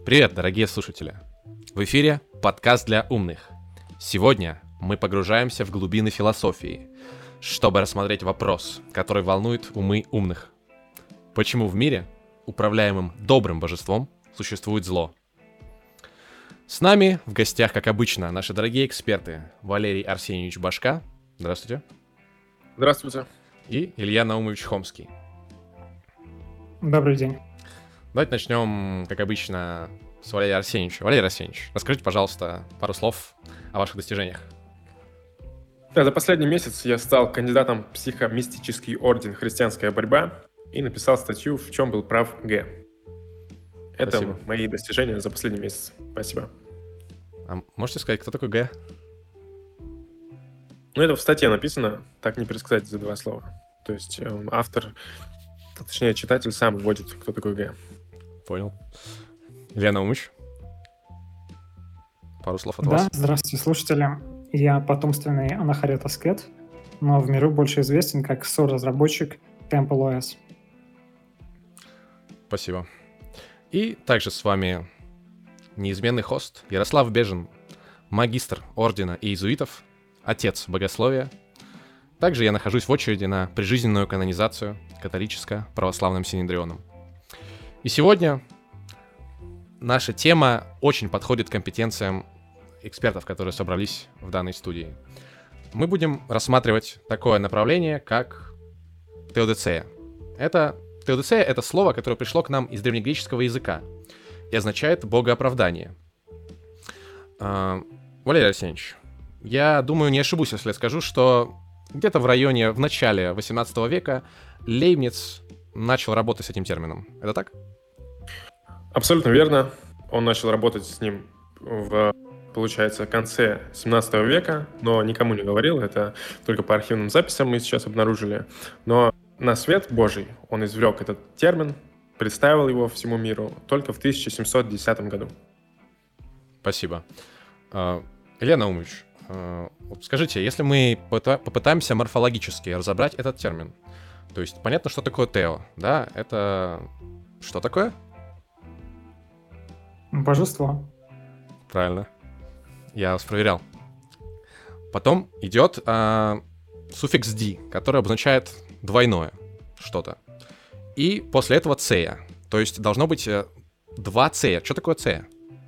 Привет, дорогие слушатели! В эфире подкаст для умных. Сегодня мы погружаемся в глубины философии, чтобы рассмотреть вопрос, который волнует умы умных. Почему в мире, управляемым добрым божеством, существует зло? С нами в гостях, как обычно, наши дорогие эксперты Валерий Арсеньевич Башка. Здравствуйте. Здравствуйте. И Илья Наумович Хомский. Добрый день. Давайте начнем, как обычно, с Валерия Арсеньевича. Валерий Арсеньевич, расскажите, пожалуйста, пару слов о ваших достижениях. Да, за последний месяц я стал кандидатом в психомистический орден «Христианская борьба» и написал статью «В чем был прав Г». Это Спасибо. мои достижения за последний месяц. Спасибо. А можете сказать, кто такой Г? Ну, это в статье написано, так не пересказать за два слова. То есть автор, точнее, читатель сам вводит, кто такой Г. Понял. Илья Наумович, пару слов от вас. Да, здравствуйте, слушатели. Я потомственный анахарет-аскет, но в миру больше известен как соразработчик TempleOS. Спасибо. И также с вами неизменный хост Ярослав Бежин, магистр ордена иезуитов, отец богословия. Также я нахожусь в очереди на прижизненную канонизацию католическо-православным синедрионом. И сегодня наша тема очень подходит к компетенциям экспертов, которые собрались в данной студии. Мы будем рассматривать такое направление, как теодицея. Теодицея — это слово, которое пришло к нам из древнегреческого языка и означает богооправдание. Валерий Арсеньевич, я думаю, не ошибусь, если скажу, что где-то в начале 18 века Лейбниц начал работать с этим термином. Это так? Абсолютно верно. Он начал работать с ним в, получается, конце 17 века, но никому не говорил, это только по архивным записям мы сейчас обнаружили. Но на свет Божий он извлек этот термин, представил его всему миру только в 1710 году. Спасибо. Илья Наумович, скажите, если мы попытаемся морфологически разобрать этот термин, то есть понятно, что такое тео, да? Это что такое? Божество. Правильно. Я вас проверял. Потом идет суффикс «ди», который обозначает двойное что-то. И после этого «цея». То есть должно быть два «цея». Что такое «цея»?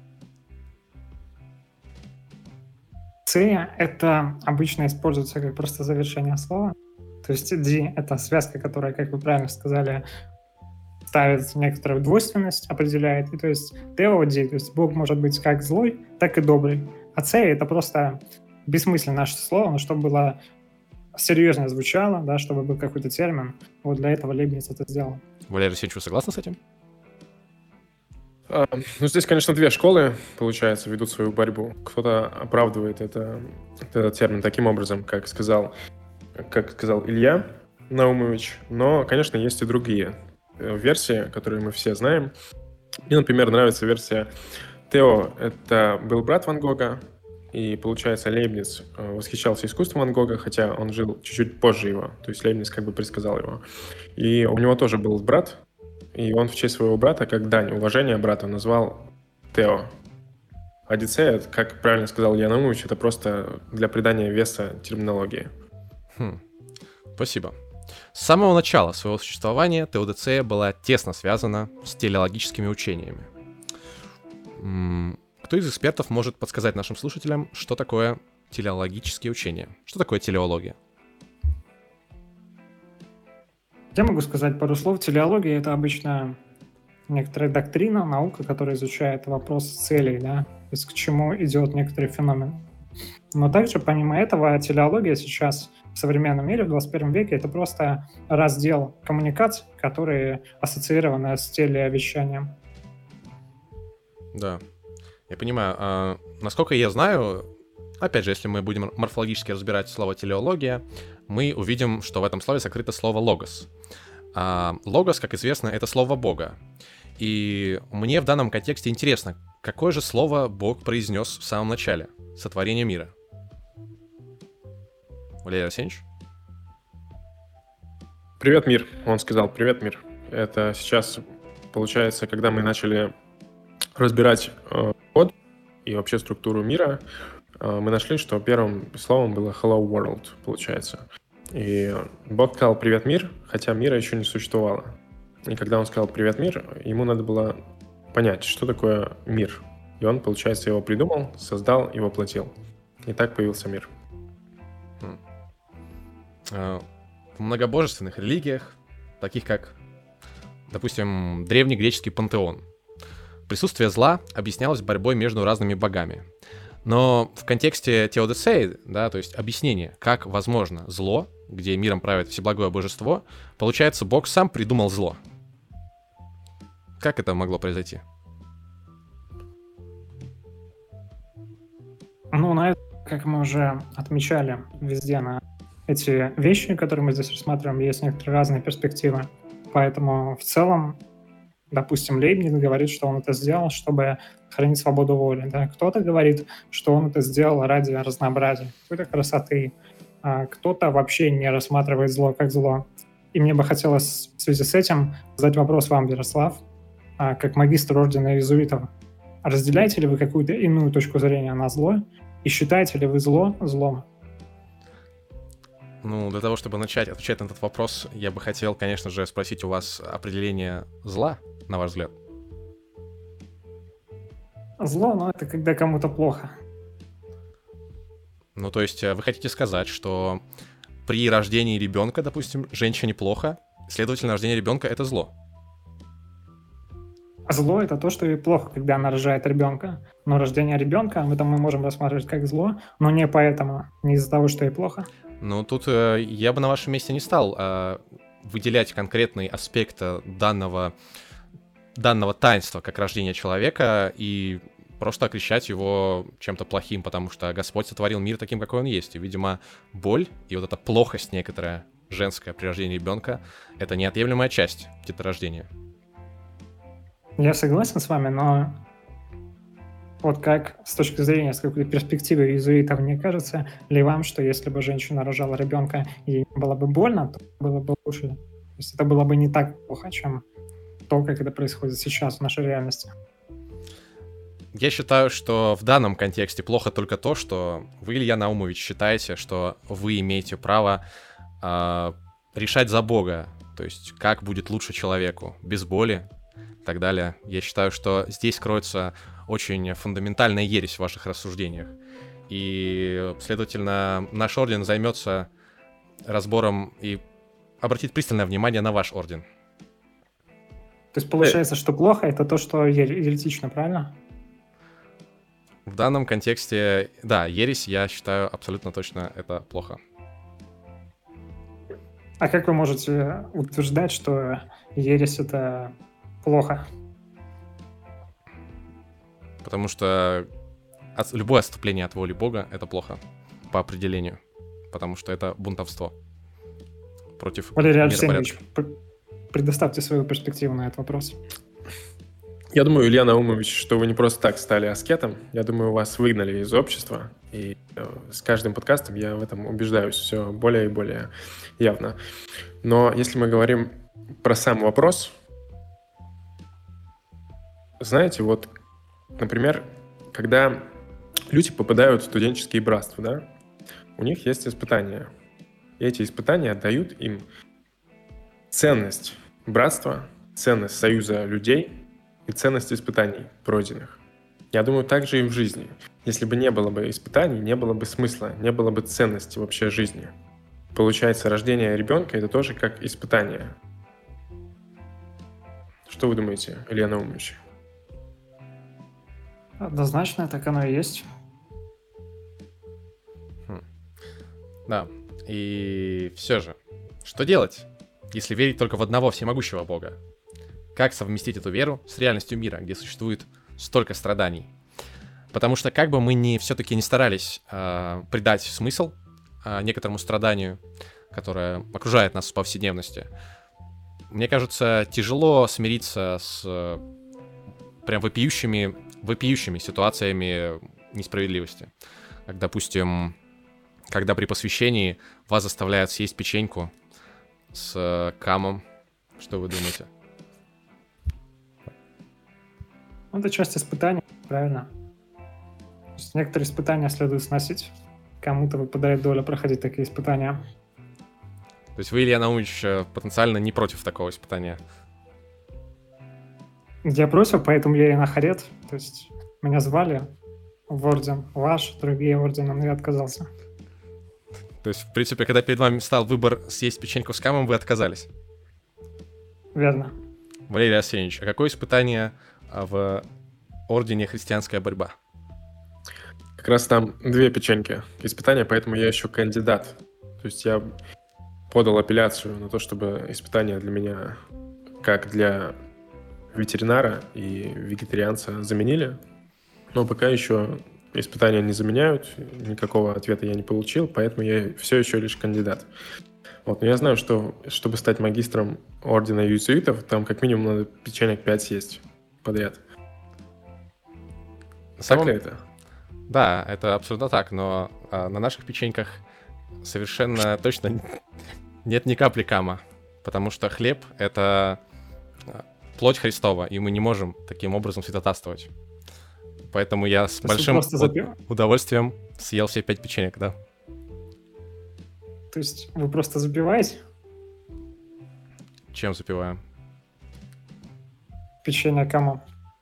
Цея — это обычно используется как просто завершение слова. То есть «ди» — это связка, которая, как вы правильно сказали, ставит некоторую двойственность, определяет. И то есть теоди, то есть Бог может быть как злой, так и добрый. А цея — это просто бессмысленное наше слово, но чтобы было серьезнее звучало, да, чтобы был какой-то термин. Вот для этого Лейбниц это сделал. Валерий Арсеньевич, вы согласны с этим? Ну, здесь, конечно, две школы, получается, ведут свою борьбу. Кто-то оправдывает этот термин таким образом, как сказал Илья Наумович, но, конечно, есть и другие версии, которые мы все знаем. Мне, например, нравится версия Тео. Это был брат Ван Гога, и, получается, Лейбниц восхищался искусством Ван Гога, хотя он жил чуть-чуть позже его, то есть Лейбниц как бы предсказал его. И у него тоже был брат, и он в честь своего брата, как дань уважения брата, назвал Тео. Одиссея, как правильно сказал Илья Наумович, это просто для придания веса терминологии. Спасибо. С самого начала своего существования теодицея была тесно связана с телеологическими учениями. Кто из экспертов может подсказать нашим слушателям, что такое телеологические учения? Что такое телеология? Я могу сказать пару слов. Телеология — это обычно некоторая доктрина, наука, которая изучает вопрос целей, да, то есть к чему идет некоторый феномен. Но также, помимо этого, телеология сейчас в современном мире, в 21 веке, это просто раздел коммуникаций, которые ассоциированы с телевещанием. Да, я понимаю. Насколько я знаю, опять же, если мы будем морфологически разбирать слово телеология, мы увидим, что в этом слове сокрыто слово логос. Логос, как известно, это слово Бога. И мне в данном контексте интересно, какое же слово Бог произнес в самом начале сотворения мира? Валерий Арсеньевич? «Привет, мир», он сказал. «Привет, мир». Это сейчас, получается, когда мы начали разбирать код и вообще структуру мира, мы нашли, что первым словом было hello world, получается. И Бог сказал «Привет, мир», хотя мира еще не существовало. И когда он сказал «Привет, мир», ему надо было понять, что такое мир. И он, получается, его придумал, создал и воплотил. И так появился мир. В многобожественных религиях, таких как, допустим, древнегреческий пантеон, присутствие зла объяснялось борьбой между разными богами. Но в контексте теодицеи, да, то есть объяснение, как возможно зло, где миром правит всеблагое божество, получается, Бог сам придумал зло. Как это могло произойти? Ну, на это, как мы уже отмечали везде на эти вещи, которые мы здесь рассматриваем, есть некоторые разные перспективы. Поэтому в целом, допустим, Лейбниц говорит, что он это сделал, чтобы хранить свободу воли. Да? Кто-то говорит, что он это сделал ради разнообразия, какой-то красоты. А кто-то вообще не рассматривает зло как зло. И мне бы хотелось в связи с этим задать вопрос вам, Ярослав, как магистр ордена иезуитов. Разделяете ли вы какую-то иную точку зрения на зло? И считаете ли вы зло злом? Ну, для того, чтобы начать отвечать на этот вопрос, я бы хотел, конечно же, спросить у вас определение зла, на ваш взгляд. Зло, ну, это когда кому-то плохо. Ну, то есть вы хотите сказать, что при рождении ребенка, допустим, женщине плохо, следовательно, рождение ребенка — это зло. Зло — это то, что ей плохо, когда она рожает ребенка. Но рождение ребенка мы можем рассматривать как зло, но не поэтому, не из-за того, что ей плохо. Ну, тут я бы на вашем месте не стал выделять конкретный аспект данного таинства, как рождение человека, и просто окрещать его чем-то плохим, потому что Господь сотворил мир таким, какой он есть. И, видимо, боль и вот эта плохость некоторая женская при рождении ребенка — это неотъемлемая часть деторождения. Я согласен с вами, но вот как с точки зрения, с какой-то перспективы иезуитов, не кажется ли вам, что если бы женщина рожала ребенка, ей было бы больно, то было бы лучше? То есть это было бы не так плохо, чем то, как это происходит сейчас в нашей реальности. Я считаю, что в данном контексте плохо только то, что вы, Илья Наумович, считаете, что вы имеете право решать за Бога, то есть как будет лучше человеку, без боли и так далее. Я считаю, что здесь кроется очень фундаментальная ересь в ваших рассуждениях. И, следовательно, наш орден займется разбором и обратит пристальное внимание на ваш орден. То есть получается, что плохо — это то, что еретично, правильно? В данном контексте, да, ересь, я считаю, абсолютно точно это плохо. А как вы можете утверждать, что ересь — это плохо? Потому что любое отступление от воли Бога — это плохо по определению. Потому что это бунтовство против Валерий миропорядка. Арсеньевич, предоставьте свою перспективу на этот вопрос. Я думаю, Илья Наумович, что вы не просто так стали аскетом. Я думаю, вас выгнали из общества. И с каждым подкастом я в этом убеждаюсь все более и более явно. Но если мы говорим про сам вопрос, знаете, вот, например, когда люди попадают в студенческие братства, да, у них есть испытания. И эти испытания дают им ценность братства, ценность союза людей и ценность испытаний пройденных. Я думаю, так же и в жизни. Если бы не было бы испытаний, не было бы смысла, не было бы ценности вообще жизни. Получается, рождение ребенка — это тоже как испытание. Что вы думаете, Илья Наумович? Однозначно, так оно и есть. Да, и все же, что делать, если верить только в одного всемогущего Бога? Как совместить эту веру с реальностью мира, где существует столько страданий? Потому что как бы мы все-таки не старались придать смысл некоторому страданию, которое окружает нас в повседневности, мне кажется, тяжело смириться с прям вопиющими ситуациями несправедливости. Как, допустим, когда при посвящении вас заставляют съесть печеньку с камом. Что вы думаете? Ну, это часть испытаний, правильно? То есть некоторые испытания следует сносить. Кому-то выпадает доля проходить такие испытания. То есть вы, Илья Наумович, потенциально не против такого испытания? Я бросил, поэтому я и на Харет. То есть меня звали в орден ваш, другие ордены, но я отказался. То есть, в принципе, когда перед вами стал выбор съесть печеньку с камом, вы отказались? Верно. Валерий Арсеньевич, а какое испытание в ордене «Христианская борьба»? Как раз там 2 печеньки испытания, поэтому я еще кандидат. То есть я подал апелляцию на то, чтобы испытания для меня, как для ветеринара и вегетарианца, заменили. Но пока еще испытания не заменяют, никакого ответа я не получил, поэтому я все еще лишь кандидат. Вот, но я знаю, что чтобы стать магистром ордена иезуитов, там как минимум надо печенек 5 съесть подряд. Так ли это? Да, это абсолютно так, но на наших печеньках совершенно точно нет ни капли кама, потому что хлеб — это плоть Христова, и мы не можем таким образом святотатствовать. Поэтому я с большим удовольствием съел все 5 печенек, да. То есть вы просто запиваете? Чем запиваем? Печенье камом.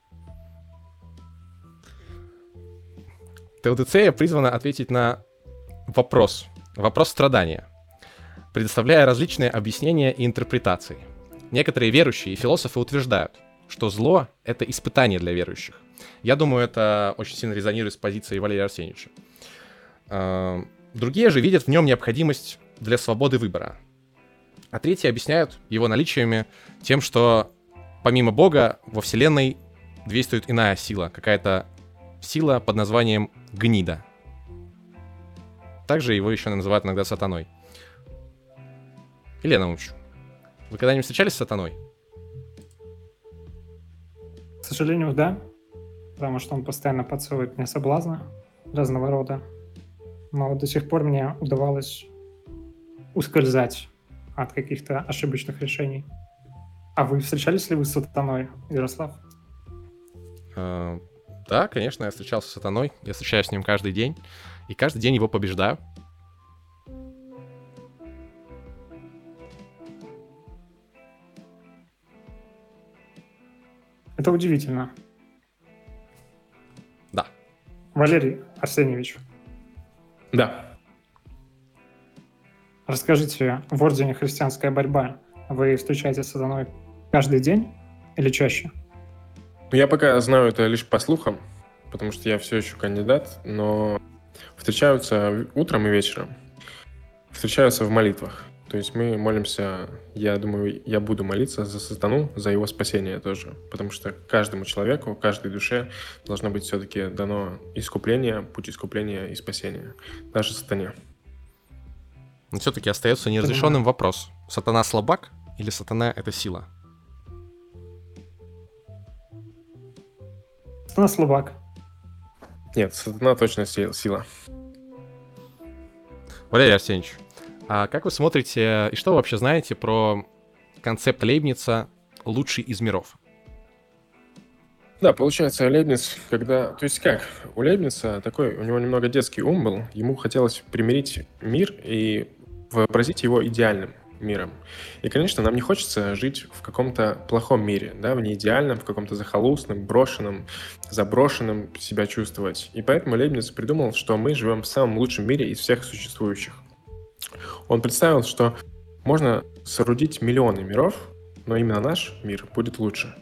ТЛДЦ призвана ответить на вопрос страдания, предоставляя различные объяснения и интерпретации. Некоторые верующие и философы утверждают, что зло — это испытание для верующих. Я думаю, это очень сильно резонирует с позицией Валерия Арсеньевича. Другие же видят в нем необходимость для свободы выбора. А третьи объясняют его наличиями тем, что помимо Бога во Вселенной действует иная сила, какая-то сила под названием гнида. Также его еще называют иногда сатаной. Елена Наумович, вы когда-нибудь встречались с сатаной? К сожалению, да. Потому что он постоянно подсовывает мне соблазны разного рода. Но до сих пор мне удавалось ускользать от каких-то ошибочных решений. А вы встречались ли вы с сатаной, Ярослав? Да, конечно, я встречался с сатаной. Я встречаюсь с ним каждый день. И каждый день его побеждаю. Это удивительно. Да. Валерий Арсеньевич. Да. Расскажите, в ордене «Христианская борьба» вы встречаетесь с сатаной каждый день или чаще? Я пока знаю это лишь по слухам, потому что я все еще кандидат, но встречаются утром и вечером. Встречаются в молитвах. То есть мы молимся, я думаю, я буду молиться за сатану, за его спасение тоже. Потому что каждому человеку, каждой душе должно быть все-таки дано искупление, путь искупления и спасения. Даже сатане. Но все-таки остается неразрешенным вопрос. Сатана слабак или сатана — это сила? Сатана слабак. Нет, сатана точно сила. Валерий Арсеньевич, а как вы смотрите и что вы вообще знаете про концепт Лейбница «лучший из миров»? Да, получается, Лейбниц, когда... То есть как? У Лейбница такой, у него немного детский ум был, ему хотелось примирить мир и вообразить его идеальным миром. И, конечно, нам не хочется жить в каком-то плохом мире, да, в неидеальном, в каком-то захолустном, брошенном, заброшенном себя чувствовать. И поэтому Лейбниц придумал, что мы живем в самом лучшем мире из всех существующих. Он представил, что можно соорудить миллионы миров, но именно наш мир будет лучшим.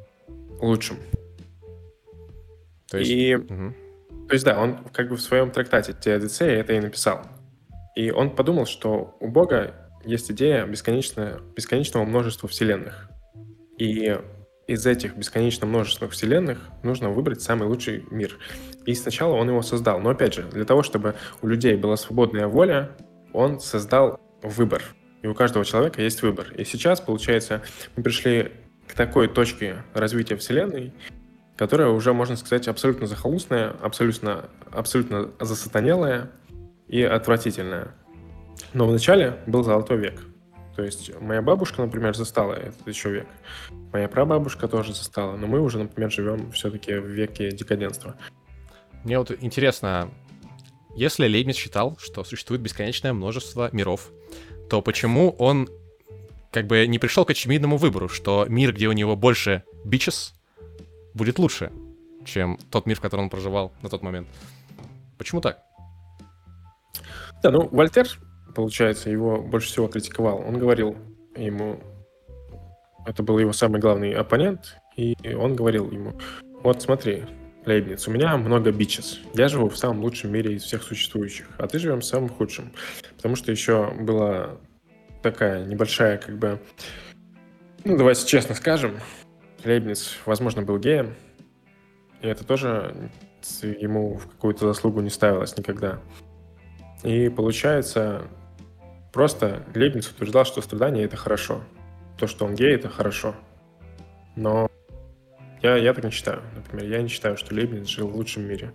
То есть... да, он как бы в своем трактате Теодицея это и написал. И он подумал, что у Бога есть идея бесконечного множества вселенных. И из этих бесконечно множественных вселенных нужно выбрать самый лучший мир. И сначала он его создал. Но опять же, для того, чтобы у людей была свободная воля, он создал выбор. И у каждого человека есть выбор. И сейчас, получается, мы пришли к такой точке развития Вселенной, которая уже, можно сказать, абсолютно захолустная, абсолютно засатанелая и отвратительная. Но вначале был Золотой век. То есть моя бабушка, например, застала этот еще век. Моя прабабушка тоже застала. Но мы уже, например, живем все-таки в веке декаденства. Мне вот интересно, если Лейбниц считал, что существует бесконечное множество миров, то почему он как бы не пришел к очевидному выбору, что мир, где у него больше бичес, будет лучше, чем тот мир, в котором он проживал на тот момент? Почему так? Да, ну, Вольтер, получается, его больше всего критиковал. Он говорил ему, это был его самый главный оппонент, и он говорил ему, вот смотри, Лейбниц, у меня много бичес. Я живу в самом лучшем мире из всех существующих, а ты живем в самом худшем. Потому что еще была такая небольшая, как бы... Ну, давайте честно скажем, Лейбниц, возможно, был геем, и это тоже ему в какую-то заслугу не ставилось никогда. И получается, просто Лейбниц утверждал, что страдание — это хорошо. То, что он гей — это хорошо. Но я так не считаю. Например, я не считаю, что Лейбниц жил в лучшем мире.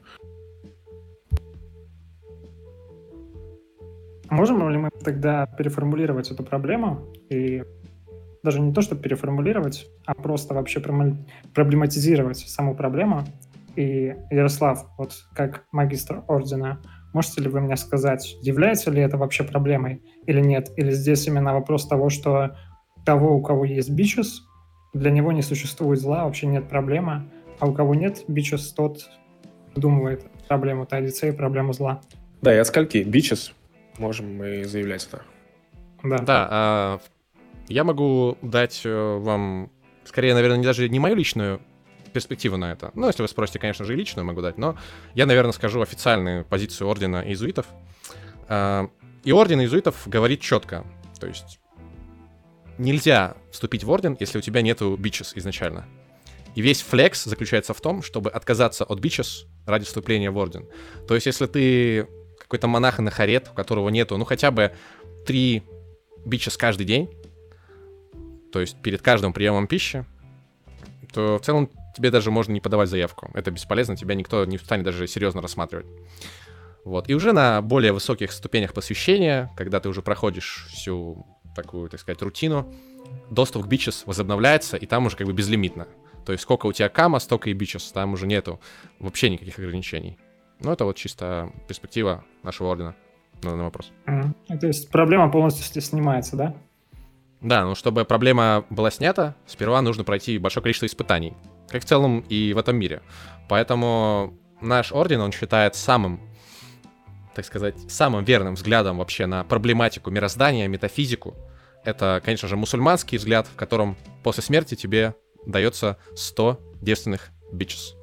Можем ли мы тогда переформулировать эту проблему? И даже не то, чтобы переформулировать, а просто вообще проблематизировать саму проблему. И, Ярослав, вот как магистр ордена, можете ли вы мне сказать, является ли это вообще проблемой или нет? Или здесь именно вопрос того, что того, у кого есть бичес, для него не существует зла, вообще нет проблемы, а у кого нет бичес, тот придумывает проблему традиции и проблему зла. Да, и от скольки бичес можем мы заявлять это? Да, я могу дать вам, скорее, наверное, даже не мою личную перспективу на это. Ну, если вы спросите, конечно же, и личную могу дать, но я, наверное, скажу официальную позицию ордена иезуитов. И орден иезуитов говорит четко, то есть нельзя вступить в орден, если у тебя нету бичес изначально. И весь флекс заключается в том, чтобы отказаться от бичес ради вступления в орден. То есть если ты какой-то монах-анахарет, у которого нету, ну, хотя бы 3 бичес каждый день, то есть перед каждым приемом пищи, то в целом тебе даже можно не подавать заявку. Это бесполезно, тебя никто не станет даже серьезно рассматривать. Вот. И уже на более высоких ступенях посвящения, когда ты уже проходишь всю такую, так сказать, рутину, доступ к бичес возобновляется, и там уже как бы безлимитно. То есть сколько у тебя кама, столько и бичес, там уже нету вообще никаких ограничений. Ну, это вот чисто перспектива нашего ордена на данный вопрос. То есть проблема полностью снимается, да? Да, ну чтобы проблема была снята, сперва нужно пройти большое количество испытаний, как в целом и в этом мире. Поэтому наш орден, он считает самым, так сказать, самым верным взглядом вообще на проблематику мироздания, метафизику. Это, конечно же, мусульманский взгляд, в котором после смерти тебе дается 100 девственных бичес.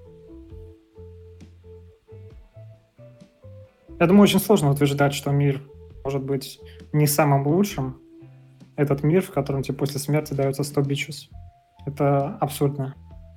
Я думаю, очень сложно утверждать, что мир может быть не самым лучшим. Этот мир, в котором тебе после смерти дается 100 бичес. Это абсурдно.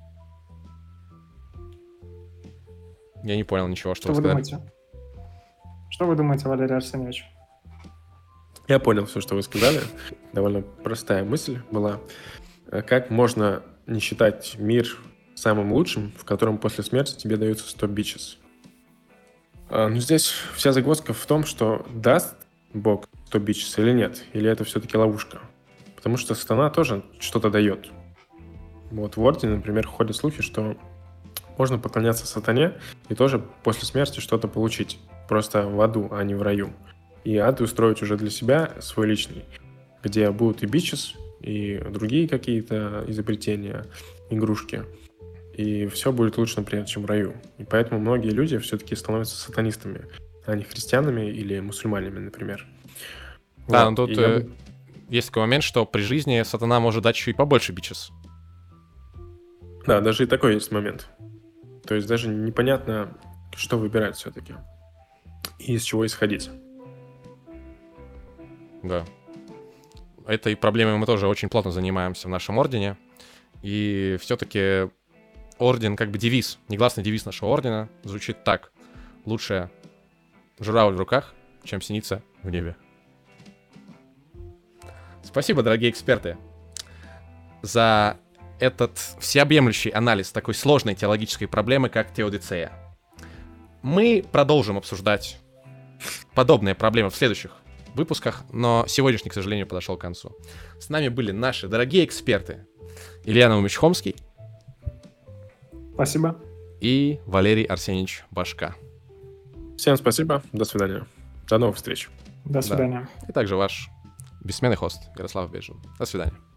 Я не понял ничего, что вы сказали. Думаете? Что вы думаете, Валерий Арсеньевич? Я понял все, что вы сказали. Довольно простая мысль была. Как можно не считать мир самым лучшим, в котором после смерти тебе дается 100 бичес? Ну, здесь вся загвоздка в том, что даст Бог 100 бичес или нет, или это все-таки ловушка. Потому что сатана тоже что-то дает. Вот в ордене, например, ходят слухи, что можно поклоняться сатане и тоже после смерти что-то получить. Просто в аду, а не в раю. И ад устроить уже для себя свой личный, где будут и бичес, и другие какие-то изобретения, игрушки. И все будет лучше, например, чем в раю. И поэтому многие люди все-таки становятся сатанистами, а не христианами или мусульманами, например. Да, вот. Но тут есть такой момент, что при жизни сатана может дать еще и побольше бичес. Да, даже и такой есть момент. То есть даже непонятно, что выбирать все-таки. И из чего исходить. Да. Этой проблемой мы тоже очень плотно занимаемся в нашем ордене. И все-таки орден, как бы девиз, негласный девиз нашего ордена звучит так. Лучше журавль в руках, чем синица в небе. Спасибо, дорогие эксперты, за этот всеобъемлющий анализ такой сложной теологической проблемы, как теодицея. Мы продолжим обсуждать подобные проблемы в следующих выпусках, но сегодняшний, к сожалению, подошел к концу. С нами были наши дорогие эксперты Илья Наумович Хомский. Спасибо. И Валерий Арсеньевич Башка. Всем спасибо, до свидания. До новых встреч. До свидания. Да. И также ваш бессменный хост Ярослав Бежин. До свидания.